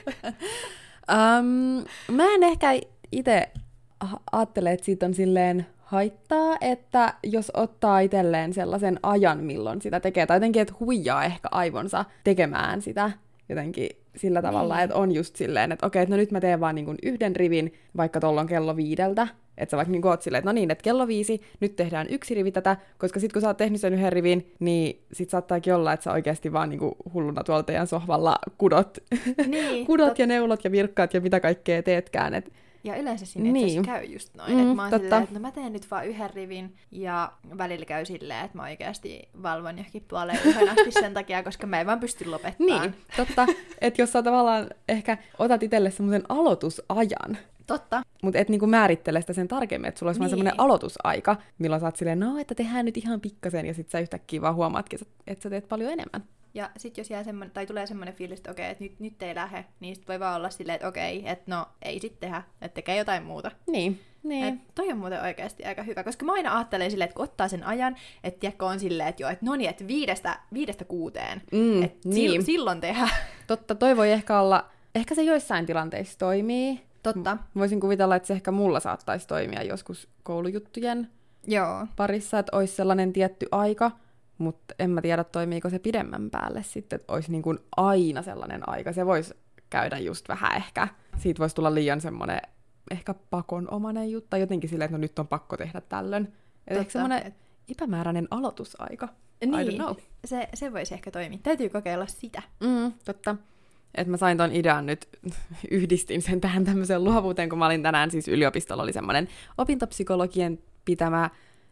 um, mä en ehkä itse ajattele, että siitä on silleen haittaa, että jos ottaa itselleen sellaisen ajan, milloin sitä tekee, tai jotenkin, että huijaa ehkä aivonsa tekemään sitä jotenkin sillä tavalla, niin. Että on just silleen, että okei, että no nyt mä teen vaan niin kuin yhden rivin, vaikka tuolla on kello viideltä, että sä vaikka niin kuin oot silleen, että no niin, että kello viisi, nyt tehdään yksi rivi tätä, koska sit kun sä oot tehnyt sen yhden rivin, niin sit saattaakin olla, että sä oikeasti vaan niin kuin hulluna tuolla teidän sohvalla kudot, niin, kudot tot... ja neulot ja virkkaat ja mitä kaikkea teetkään, että ja yleensä sinne niin. Itse käy just noin, Mm, että mä oon totta. silleen, että no mä teen nyt vaan yhden rivin, ja välillä käy silleen, että mä oikeasti valvon johonkin puoleen yhden asti sen takia, koska mä en vaan pysty lopettamaan. Niin, totta. Että jos sä tavallaan ehkä otat itselle semmoisen aloitusajan, Totta. mutta et niinku määrittele sitä sen tarkemmin, että sulla olisi Niin. vaan semmoinen aloitusaika, milloin sä oot silleen, no, että tehdään nyt ihan pikkasen, ja sit sä yhtäkkiä vaan huomaatkin, että sä teet paljon enemmän. Ja sit jos jää semmonen, tai tulee semmoinen fiilis, että okei, että nyt, nyt ei lähde, niin sit voi vaan olla silleen, että okei, että no ei sit tehdä, että tekee jotain muuta. Niin, niin. Et toi on muuten oikeasti aika hyvä, koska mä aina ajattelen silleen, että kun ottaa sen ajan, että tiedätkö on silleen, että joo, että no niin, että viidestä, viidestä kuuteen, Mm, että niin. sil, silloin tehdä. Totta, toi voi ehkä olla, ehkä se joissain tilanteissa toimii. Totta. Voisin kuvitella, että se ehkä mulla saattaisi toimia joskus koulujuttujen Joo. parissa, että olisi sellainen tietty aika, mutta en mä tiedä, toimiiko se pidemmän päälle sitten, että olisi niin kuin aina sellainen aika. Se voisi käydä just vähän ehkä. Siitä voisi tulla liian semmoinen ehkä pakonomainen juttu, tai jotenkin silleen, että no nyt on pakko tehdä tällöin. Että ehkä semmoinen epämääräinen aloitusaika. Niin, I don't know. Se, se voisi ehkä toimia. Täytyy kokeilla sitä. Mm, totta. Että mä sain ton idean nyt, yhdistin sen tähän tämmöiseen luovuuteen, kun mä olin tänään siis yliopistolla, oli semmoinen opintopsykologien pitämä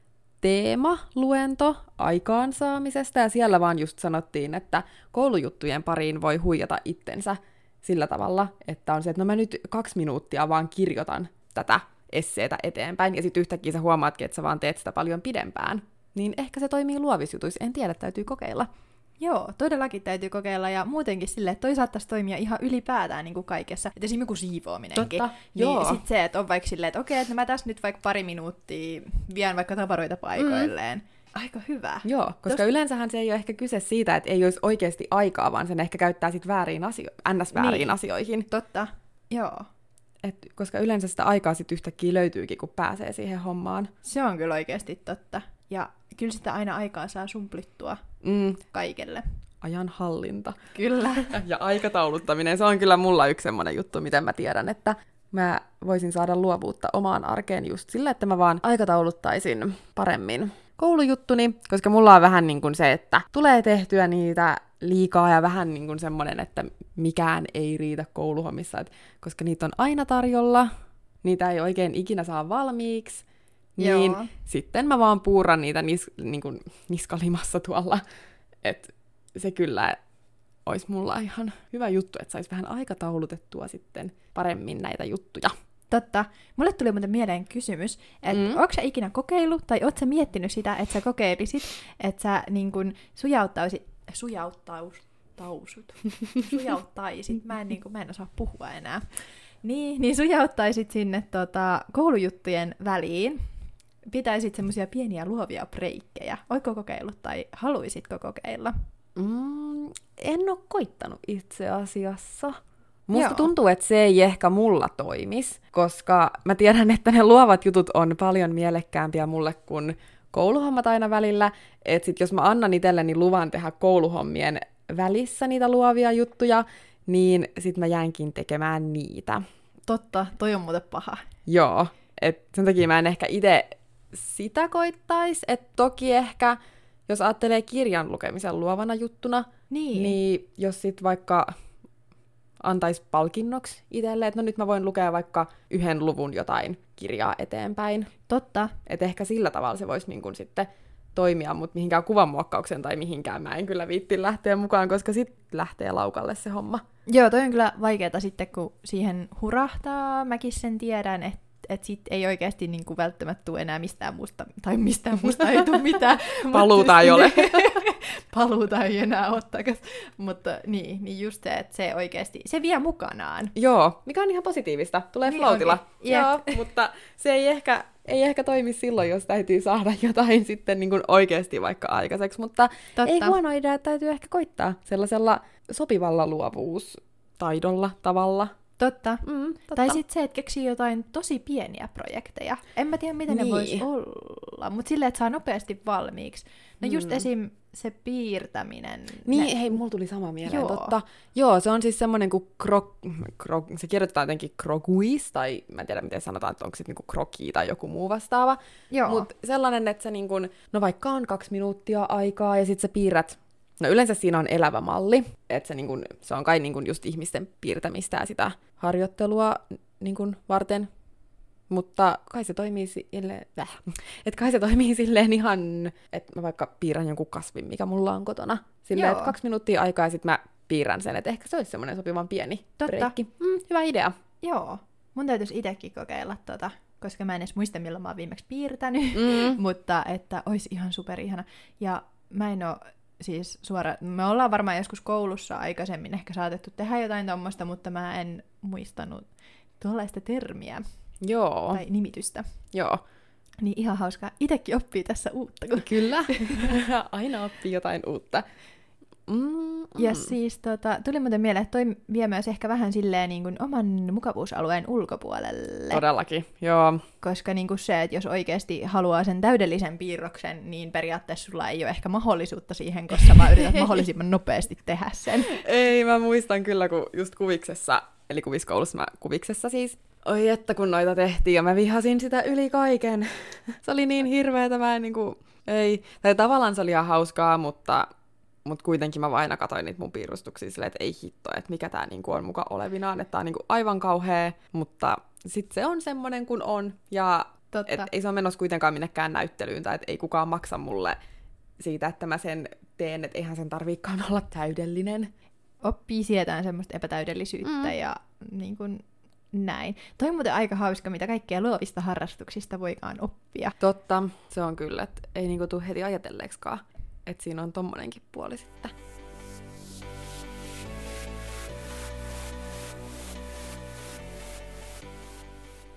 teemaluento aikaansaamisesta, ja siellä vaan just sanottiin, että koulujuttujen pariin voi huijata itsensä sillä tavalla, että on se, että no mä nyt kaksi minuuttia vaan kirjoitan tätä esseetä eteenpäin, ja sitten yhtäkkiä sä huomaatkin, että sä vaan teet sitä paljon pidempään. Niin ehkä se toimii luovisjutuissa, en tiedä, täytyy kokeilla. Joo, todellakin täytyy kokeilla, ja muutenkin silleen, että toi saattaisi toimia ihan ylipäätään niin kuin kaikessa. Että esimerkiksi joku siivoaminenkin. Totta, niin joo. Sitten se, että on vaikka silleen, että okei, että mä tässä nyt vaikka pari minuuttia vien vaikka tavaroita paikoilleen. Mm. Aika hyvä. Joo, koska Tosta... yleensähän se ei ole ehkä kyse siitä, että ei olisi oikeasti aikaa, vaan sen ehkä käyttää sitten väärin asio- ns-vääriin niin. asioihin. Totta, joo. Et, koska yleensä sitä aikaa sitten yhtäkkiä löytyykin, kun pääsee siihen hommaan. Se on kyllä oikeasti totta. Ja kyllä sitä aina aikaa saa sumplittua Mm. kaikelle. Ajan hallinta. Kyllä. Ja aikatauluttaminen, se on kyllä mulla yksi semmoinen juttu, miten mä tiedän, että mä voisin saada luovuutta omaan arkeen just sillä, että mä vaan aikatauluttaisin paremmin koulujuttuni, koska mulla on vähän niin kuin se, että tulee tehtyä niitä liikaa ja vähän niin kuin semmoinen, että mikään ei riitä kouluhommissa, et koska niitä on aina tarjolla, niitä ei oikein ikinä saa valmiiksi, niin Joo. sitten mä vaan puuran niitä nis, niin kuin niskalimassa tuolla, että se kyllä olisi mulla ihan hyvä juttu, että saisi vähän aikataulutettua sitten paremmin näitä juttuja. Totta. Mulle tuli muuten mieleen kysymys, että mm. onko sä ikinä kokeillut, tai oot sä miettinyt sitä, että sä kokeilisit, että sä niin kun sujauttaisit, sujauttaus, tausut, sujauttaisit, mä en, niin kun, mä en osaa puhua enää, niin, niin sujauttaisit sinne tota, koulujuttujen väliin, pitäisit semmosia pieniä luovia breikkejä. Ootko kokeillut tai haluaisitko kokeilla? Mm, en ole koittanut itse asiassa. Musta Joo. tuntuu, että se ei ehkä mulla toimis, koska mä tiedän, että ne luovat jutut on paljon mielekkäämpiä mulle kuin kouluhommat aina välillä. Että sit jos mä annan itselleni luvan tehdä kouluhommien välissä niitä luovia juttuja, niin sit mä jäänkin tekemään niitä. Totta, toi on muuten paha. Joo, et sen takia mä en ehkä itse sitä koittais, että toki ehkä, jos ajattelee kirjan lukemisen luovana juttuna, Niin. niin jos sit vaikka antaisi palkinnoksi itselle, että no nyt mä voin lukea vaikka yhden luvun jotain kirjaa eteenpäin. Totta. Että ehkä sillä tavalla se voisi niin kun sitten toimia, mutta mihinkään kuvanmuokkaukseen tai mihinkään mä en kyllä viitti lähteä mukaan, koska sit lähtee laukalle se homma. Joo, toi on kyllä vaikeeta sitten, kun siihen hurahtaa. Mäkin sen tiedän, että et sit ei oikeasti niinku välttämättä tule enää mistään muusta, tai mistään muusta ei tule mitään. Paluuta ei ole. Paluuta ei enää ole takas. Mutta niin, niin just se, että se oikeasti, se vie mukanaan. Joo, mikä on ihan positiivista. Tulee Niin floatilla. onkin. Jep. Joo, mutta se ei ehkä, ei ehkä toimi silloin, jos täytyy saada jotain sitten niin kuin oikeasti vaikka aikaiseksi. Mutta Totta. ei huono idea, että täytyy ehkä koittaa sellaisella sopivalla luovuustaidolla, tavalla. Totta. Mm, totta. Tai sitten se, että keksii jotain tosi pieniä projekteja. En mä tiedä, miten Niin. ne vois olla, mutta silleen, että saa nopeasti valmiiksi. No just Mm. esim. Se piirtäminen. Niin, ne... hei, mulla tuli sama mieleen, Joo. totta. Joo, se on siis semmoinen kuin krok... krok... Se kirjoitetaan jotenkin krokuis, tai mä en tiedä miten sanotaan, että onko se niinku kroki tai joku muu vastaava. Joo. Mutta sellainen, että se niinku, no vaikka on kaksi minuuttia aikaa, ja sit sä piirrät. No yleensä siinä on elävä malli, että se, niinku, se on kai niinku just ihmisten piirtämistä ja sitä harjoittelua niinku varten. Mutta kai se toimii silleen, äh. Et kai se toimii silleen ihan, että mä vaikka piirrän jonkun kasvin, mikä mulla on kotona. Silleen, että kaksi minuuttia aikaa ja sit mä piirrän sen, että ehkä se olisi semmoinen sopivan pieni Totta. breikki. Mm, hyvä idea. Joo. Mun täytyisi itsekin kokeilla tota, koska mä en edes muista, milloin mä oon viimeksi piirtänyt, Mm. mutta että olisi ihan superihana. Ja mä en oo siis suora, me ollaan varmaan joskus koulussa aikaisemmin ehkä saatettu tehdä jotain tommoista, mutta mä en muistanut tuollaista termiä Joo, tai nimitystä. joo. Niin ihan hauskaa. Itekin oppii tässä uutta. Kun... Kyllä. Aina oppii jotain uutta. Mm, mm. Ja siis tota, tuli muuten mieleen, että toi vie myös ehkä vähän silleen niin kuin oman mukavuusalueen ulkopuolelle. Todellakin, joo. Koska niin kuin se, että jos oikeasti haluaa sen täydellisen piirroksen, niin periaatteessa sulla ei ole ehkä mahdollisuutta siihen, koska vaan yrität mahdollisimman nopeasti tehdä sen. Ei, mä muistan kyllä, kun just kuviksessa, eli kuviskoulussa mä kuviksessa siis, oi että kun noita tehtiin, ja mä vihasin sitä yli kaiken. Se oli niin hirveetä, mä en niinku, ei. Tai tavallaan se oli ihan hauskaa, mutta, mutta kuitenkin mä aina katsoin niitä mun piirustuksia silleen, että ei hitto, että mikä tää niinku on muka olevinaan, että tää on niinku aivan kauhea, mutta sit se on semmonen kun on, ja et ei se ole menossa kuitenkaan minnekään näyttelyyn, tai et ei kukaan maksa mulle siitä, että mä sen teen, että eihän sen tarviikaan olla täydellinen. Oppii sietään semmoista epätäydellisyyttä mm. ja niin kuin näin. Toi on muuten aika hauska, mitä kaikkea luovista harrastuksista voikaan oppia. Totta, se on kyllä, että ei niinku tule heti ajatelleeksikaan, että siinä on tommonenkin puoli sitten.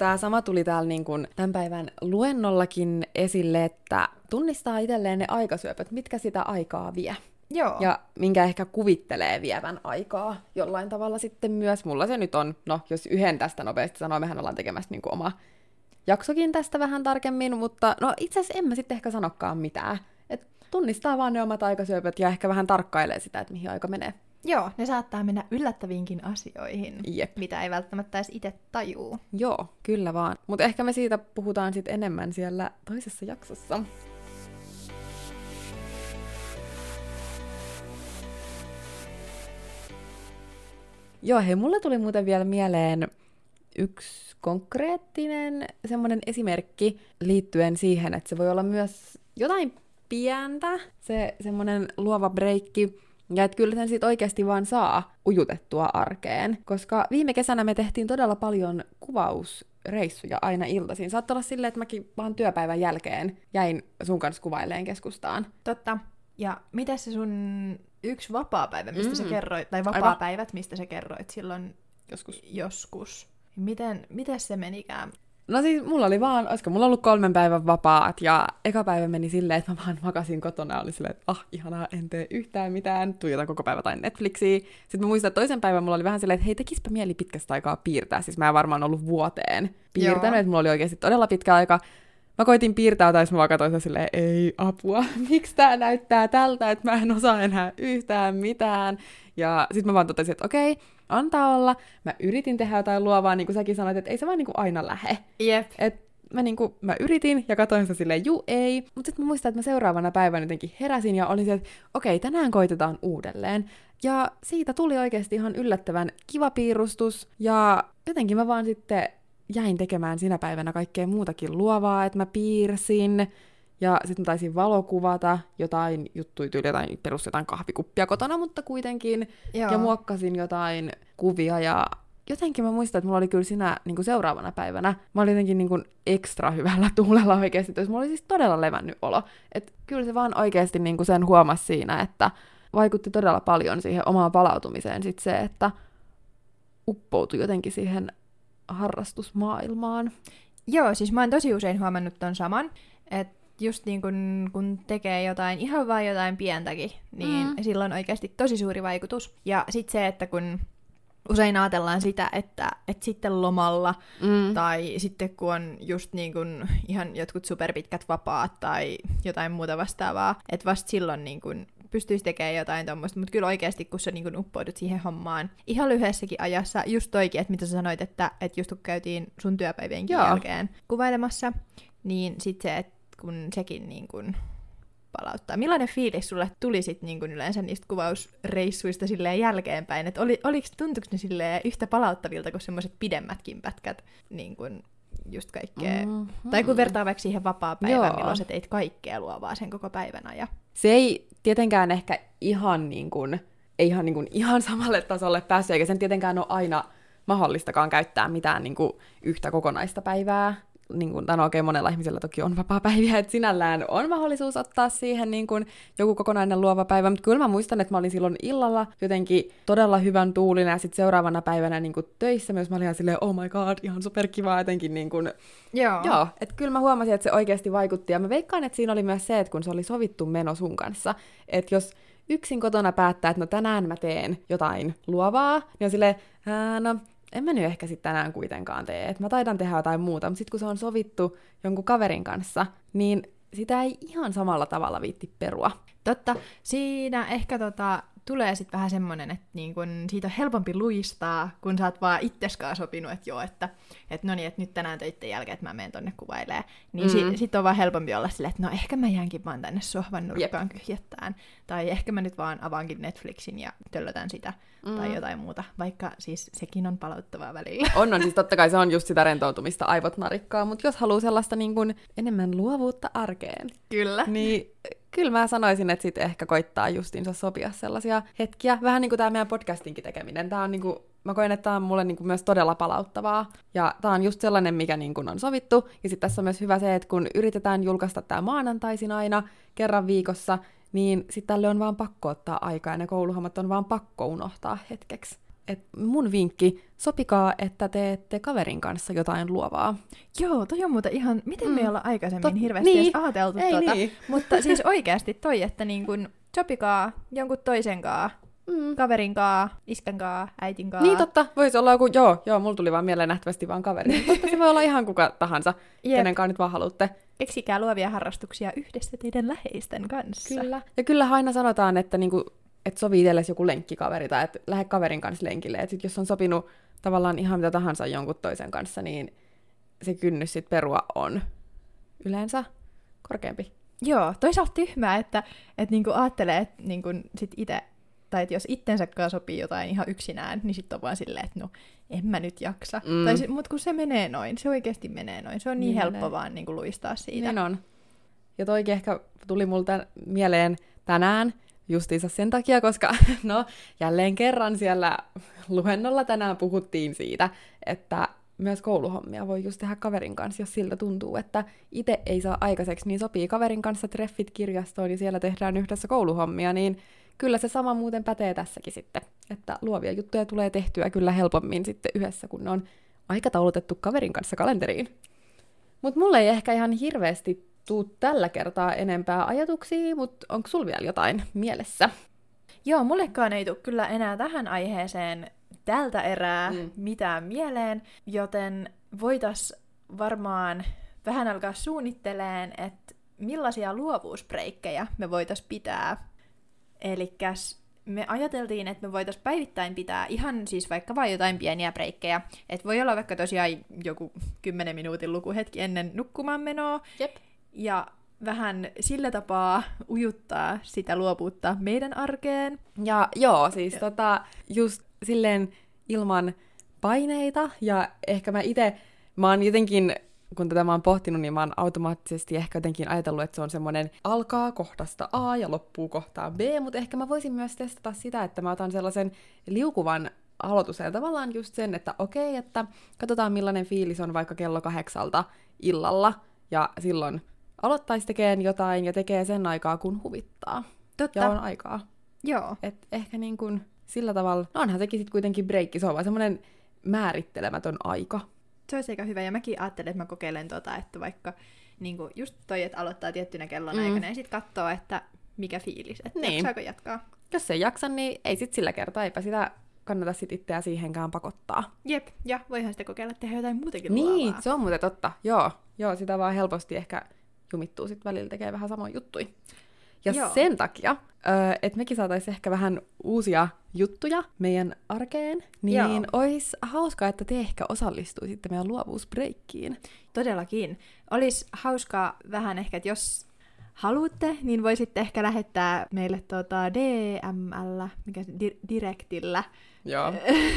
tämä sama tuli täällä niin kuin tämän päivän luennollakin esille, että tunnistaa itselleen ne aikasyöpät, mitkä sitä aikaa vie. Joo. Ja minkä ehkä kuvittelee vievän aikaa jollain tavalla sitten myös. Mulla se nyt on, no jos yhden tästä nopeasti sanoo, mehän ollaan tekemässä niin kuin oma jaksokin tästä vähän tarkemmin, mutta no itse asiassa en mä sitten ehkä sanokaan mitään. Et tunnistaa vaan ne omat aikasyöpät ja ehkä vähän tarkkailee sitä, että mihin aika menee. Joo, ne saattaa mennä yllättäviinkin asioihin, Jep. mitä ei välttämättä edes itse tajuu. Joo, kyllä vaan. Mutta ehkä me siitä puhutaan sitten enemmän siellä toisessa jaksossa. Joo, hei, mulle tuli muuten vielä mieleen yksi konkreettinen semmoinen esimerkki liittyen siihen, että se voi olla myös jotain pientä, se semmoinen luova breikki, ja että kyllä sen siitä oikeasti vaan saa ujutettua arkeen, koska viime kesänä me tehtiin todella paljon kuvausreissuja aina iltaisin. Saattaa olla silleen, että mäkin vaan työpäivän jälkeen jäin sun kanssa kuvaileen keskustaan. Totta. Ja mitä se sun yksi vapaapäivä, mistä Mm. sä kerroit, tai vapaapäivät, mistä sä kerroit silloin Joskus. joskus. Miten, miten se menikään? No siis mulla oli vaan, olisiko mulla ollut kolmen päivän vapaat, ja eka päivä meni silleen, että mä vaan makasin kotona, ja oli silleen, että ah, ihanaa, en tee yhtään mitään, tuijotan koko päivä tai Netflixiä. Sitten mä muistan, että toisen päivän mulla oli vähän silleen, että hei, tekispä mieli pitkästä aikaa piirtää, siis mä en varmaan ollut vuoteen piirtänyt, että mulla oli oikeasti todella pitkä aika. Mä koitin piirtää, tai mä vaan katsoin silleen, ei apua, miksi tää näyttää tältä, että mä en osaa enää yhtään mitään. Ja sit mä vaan totesin, että okei, antaa olla. Mä yritin tehdä jotain luovaa, niin kuin säkin sanoit, että ei se vaan niin kuin aina lähe. Jep. Et mä, niin kuin, mä yritin ja katsoin sitä silleen, juu ei. Mutta sitten mä muistan, että mä seuraavana päivänä jotenkin heräsin ja olin se, että okei, tänään koitetaan uudelleen. Ja siitä tuli oikeasti ihan yllättävän kiva piirustus. Ja jotenkin mä vaan sitten jäin tekemään sinä päivänä kaikkea muutakin luovaa, että mä piirsin. Ja sitten mä taisin valokuvata jotain juttuja, tyyli jotain, perus jotain kahvikuppia kotona, mutta kuitenkin. Joo. Ja muokkasin jotain kuvia ja jotenkin mä muistan, että mulla oli kyllä siinä niin kuin seuraavana päivänä, mä olin jotenkin niin kuin ekstra hyvällä tuulella oikeasti, jos mulla oli siis todella levännyt olo. Että kyllä se vaan oikeasti niin kuin sen huomasi siinä, että vaikutti todella paljon siihen omaan palautumiseen sit se, että uppoutui jotenkin siihen harrastusmaailmaan. Joo, siis mä oon tosi usein huomannut ton saman, että just niin kun, kun tekee jotain, ihan vaan jotain pientäkin, niin mm. sillä on oikeasti tosi suuri vaikutus. Ja sit se, että kun usein ajatellaan sitä, että, että sitten lomalla, mm. tai sitten kun on just niin kun ihan jotkut superpitkät vapaat tai jotain muuta vastaavaa, että vasta silloin niin kun pystyisi tekemään jotain tommoista, mutta kyllä oikeasti, kun sä niin kun uppoudut siihen hommaan ihan lyhyessäkin ajassa, just toikin, että mitä sä sanoit, että, että just kun käytiin sun työpäivienkin Joo. jälkeen kuvailemassa, niin sitten se, että kun sekin niin kun palauttaa. Millainen fiilis sulle tuli sit niin kun yleensä niistä kuvausreissuista silleen jälkeenpäin? Et oli, oliko, tuntuiko ne silleen yhtä palauttavilta kuin semmoiset pidemmätkin pätkät? Niin kun just kaikkea. Mm-hmm. Tai kun vertaa vaikka siihen vapaa-päivään, Joo. milloin sä teit kaikkea luovaa sen koko päivän ajan. Se ei tietenkään ehkä ihan, niin kuin, ei ihan, niin kuin, ihan samalle tasolle päässyt, eikä sen tietenkään ole aina mahdollistakaan käyttää mitään niin kuin, yhtä kokonaista päivää. Niin kuin, tai no okei, monella ihmisellä toki on vapaa-päiviä, että sinällään on mahdollisuus ottaa siihen niin kuin, joku kokonainen luova päivä, mutta kyllä mä muistan, että mä olin silloin illalla jotenkin todella hyvän tuulinen, ja sitten seuraavana päivänä niin kuin, töissä myös mä olin ihan silleen, oh my god, ihan superkivaa jotenkin. Niin kuin, Joo. Joo, että kyllä mä huomasin, että se oikeasti vaikutti, ja mä veikkaan, että siinä oli myös se, että kun se oli sovittu meno sun kanssa, että jos yksin kotona päättää, että no tänään mä teen jotain luovaa, niin on silleen, no en mä nyt ehkä sitten tänään kuitenkaan tee, että mä taidan tehdä jotain muuta, mutta sitten kun se on sovittu jonkun kaverin kanssa, niin sitä ei ihan samalla tavalla viitti perua. Totta. Siinä ehkä tota, tulee sitten vähän semmoinen, että niin kun siitä on helpompi luistaa, kun sä oot vaan itseskaan sopinut, että joo, että et no niin, että nyt tänään töitten jälkeen, että mä menen tonne kuvailemaan. Niin mm. si- sit on vaan helpompi olla silleen, että no ehkä mä jäänkin vaan tänne sohvan nurkkaan kyhjättään. Tai ehkä mä nyt vaan avaankin Netflixin ja töllötän sitä mm. tai jotain muuta, vaikka siis sekin on palauttavaa välillä. On, on siis totta kai se on just sitä rentoutumista, aivot narikkaa, mutta jos haluaa sellaista niin kuin enemmän luovuutta arkeen, Kyllä. niin kyllä mä sanoisin, että sit ehkä koittaa justiinsa sopia sellaisia hetkiä. Vähän niin kuin tämä meidän podcastinkin tekeminen. Tää on niin kuin, mä koen, että tämä on mulle niin kuin myös todella palauttavaa. Ja tää on just sellainen, mikä niin kuin on sovittu. Ja sitten tässä on myös hyvä se, että kun yritetään julkaista tää maanantaisin aina kerran viikossa, niin sitten tälle on vaan pakko ottaa aikaa ja ne kouluhommat on vaan pakko unohtaa hetkeksi. et mun vinkki, sopikaa, että teette kaverin kanssa jotain luovaa. Joo, toi on muuten ihan, miten mm. me ei olla aikaisemmin Tot... hirveästi niin. edes ajateltu ei tuota. Niin. Mutta siis oikeasti toi, että niin kun sopikaa jonkun toisen kaa, mm. kaverin kaa, iskän kaa, äitin kaa. Niin totta, voisi olla joku, joo, joo, mulla tuli vaan mieleen nähtävästi vaan kaveri. Mutta se voi olla ihan kuka tahansa, yep. kenenkaan nyt vaan haluatte. Keksikää luovia harrastuksia yhdessä teidän läheisten kanssa. Kyllä. Ja kyllähän aina sanotaan, että niinku, et sovi itsellesi joku lenkkikaveri tai että lähde kaverin kanssa lenkille. Et sit jos on sopinut tavallaan ihan mitä tahansa jonkun toisen kanssa, niin se kynnys sit perua on yleensä korkeampi. Joo, toisaalta tyhmää, että et niinku ajattelee, että niinku sit ite, tai että jos itsensä kanssa sopii jotain ihan yksinään, niin sitten on vaan silleen, että no en mä nyt jaksa. Mm. Tai sit, mut kun se menee noin, se oikeasti menee noin. Se on niin, niin helppo menee. Vaan niinku luistaa siitä. Niin on. Ja toikin ehkä tuli multa mieleen tänään, justiinsa sen takia, koska no jälleen kerran siellä luennolla tänään puhuttiin siitä, että myös kouluhommia voi just tehdä kaverin kanssa, jos siltä tuntuu, että itse ei saa aikaiseksi, niin sopii kaverin kanssa treffit kirjastoon ja siellä tehdään yhdessä kouluhommia, niin kyllä se sama muuten pätee tässäkin sitten, että luovia juttuja tulee tehtyä kyllä helpommin sitten yhdessä, kun ne on aikataulutettu kaverin kanssa kalenteriin. Mutta mulle ei ehkä ihan hirveästi tuu tällä kertaa enempää ajatuksia, mutta onko sulla vielä jotain mielessä? Joo, mullekaan ei tule kyllä enää tähän aiheeseen tältä erää mm. mitään mieleen, joten voitais varmaan vähän alkaa suunnitteleen, että millaisia luovuusbreikkejä me voitais pitää. Elikkäs me ajateltiin, että me voitais päivittäin pitää ihan siis vaikka vain jotain pieniä breikkejä. Että voi olla vaikka tosiaan joku kymmenen minuutin lukuhetki ennen nukkumaan menoa. Jep. Ja vähän sillä tapaa ujuttaa sitä luovuutta meidän arkeen. Ja joo, siis ja. Tota, just silleen ilman paineita, ja ehkä mä ite, mä oon jotenkin, kun tätä mä oon pohtinut, niin mä oon automaattisesti ehkä jotenkin ajatellut, että se on semmoinen alkaa kohdasta A ja loppuu kohtaan B, mutta ehkä mä voisin myös testata sitä, että mä otan sellaisen liukuvan aloituksen, ja tavallaan just sen, että okei, että katsotaan millainen fiilis on vaikka kello kahdeksalta illalla, ja silloin aloittaisi tekemään jotain ja tekee sen aikaa, kun huvittaa. Totta. Ja on aikaa. Joo. Et ehkä niin kuin sillä tavalla, no onhan sekin sitten kuitenkin breikki, se on vaan semmoinen määrittelemätön aika. Se olisi aika hyvä, ja mäkin ajattelin, että mä kokeilen tota, että vaikka niin kuin just toi, että aloittaa tiettynä kellon mm. aikana, ja sitten katsoo, että mikä fiilis, että niin. Jaksaako jatkaa. Jos ei jaksa, niin ei sit sillä kertaa, eipä sitä kannata sit itseä siihenkään pakottaa. Jep, ja voihan sitä kokeilla tehdä jotain muutakin niin, luovaa. Niin, se on muuten totta, joo. Joo, sitä vaan helposti ehkä jumittuu sit välillä tekee vähän samoin juttuja. Ja Joo. sen takia, että mekin saataisiin ehkä vähän uusia juttuja meidän arkeen, niin olisi hauskaa, että te ehkä osallistuisitte meidän luovuusbreikkiin. Todellakin. Olisi hauskaa vähän ehkä, että jos haluatte, niin voisitte ehkä lähettää meille tuota D M-llä, mikä se, di- direktillä. Joo.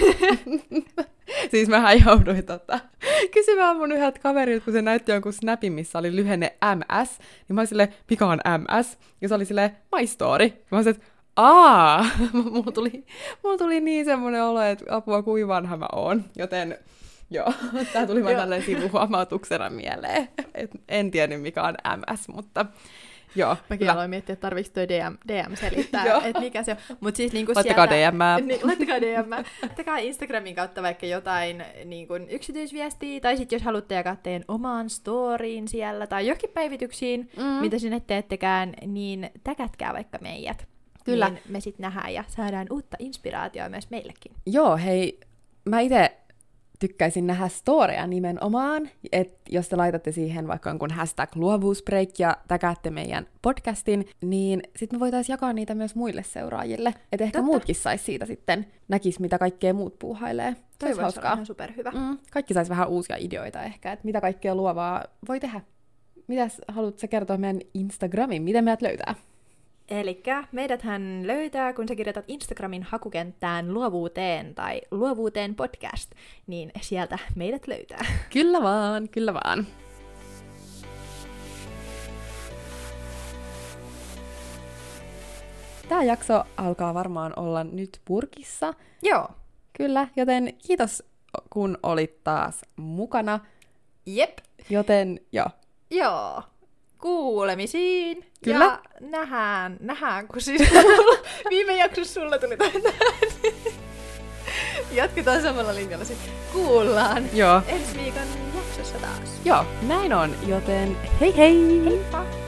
Siis mähän jouduin tota, kysymään mun yhdeltä kaverilta, kun se näytti jonkun snapin, missä oli lyhenne M S, niin mä olin silleen, mikä on M S? Ja se oli silleen, my story. Mä olin, että aah, mulla tuli, mulla tuli niin semmoinen olo, että apua kuin vanha mä oon. Joten joo, tää tuli vaan tälleen sivuhuomautuksena mieleen. Et en tiennyt mikä on M S, mutta joo. Mäkin aloin miettiä, että tarviiko toi D M, D M selittää, että mikä se on. Mut siis niinku laittakaa sieltä, D M. Niin, laittakaa D M. Laittakaa Instagramin kautta vaikka jotain niin kuin yksityisviestiä, tai sitten jos haluatte jakaa teidän omaan storyin siellä, tai johonkin päivityksiin, mm. mitä sinne teettekään, niin täkätkää vaikka meidät. Kyllä. Niin me sitten nähdään ja saadaan uutta inspiraatiota myös meillekin. Joo, hei, mä itse tykkäisin nähdä storeja nimenomaan, että jos te laitatte siihen vaikka jonkun hashtag luovuusbreak ja täkäätte meidän podcastin, niin sitten me voitaisiin jakaa niitä myös muille seuraajille. Että ehkä Totta. muutkin sais siitä sitten, näkis mitä kaikkea muut puuhailee. Toi voisi olla ihan superhyvä. Mm, kaikki sais vähän uusia ideoita ehkä, että mitä kaikkea luovaa voi tehdä. Mitäs haluatko kertoa meidän Instagramin, miten meidät löytää? Elikkä meidäthän löytää, kun sä kirjoitat Instagramin hakukenttään luovuuteen tai luovuuteen podcast, niin sieltä meidät löytää. Kyllä vaan, kyllä vaan. Tämä jakso alkaa varmaan olla nyt purkissa. Joo. Kyllä, joten kiitos kun olit taas mukana. Jep. Joten joo. Joo. Kuulemisiin. Kyllä. Ja nähdään, nähdään kun siis viime jaksossa sulla tuli tähän. Jatketaan samalla linjalla sitten. Kuullaan Joo. ensi viikon jaksossa taas. Joo, näin on, joten hei hei! Heippa!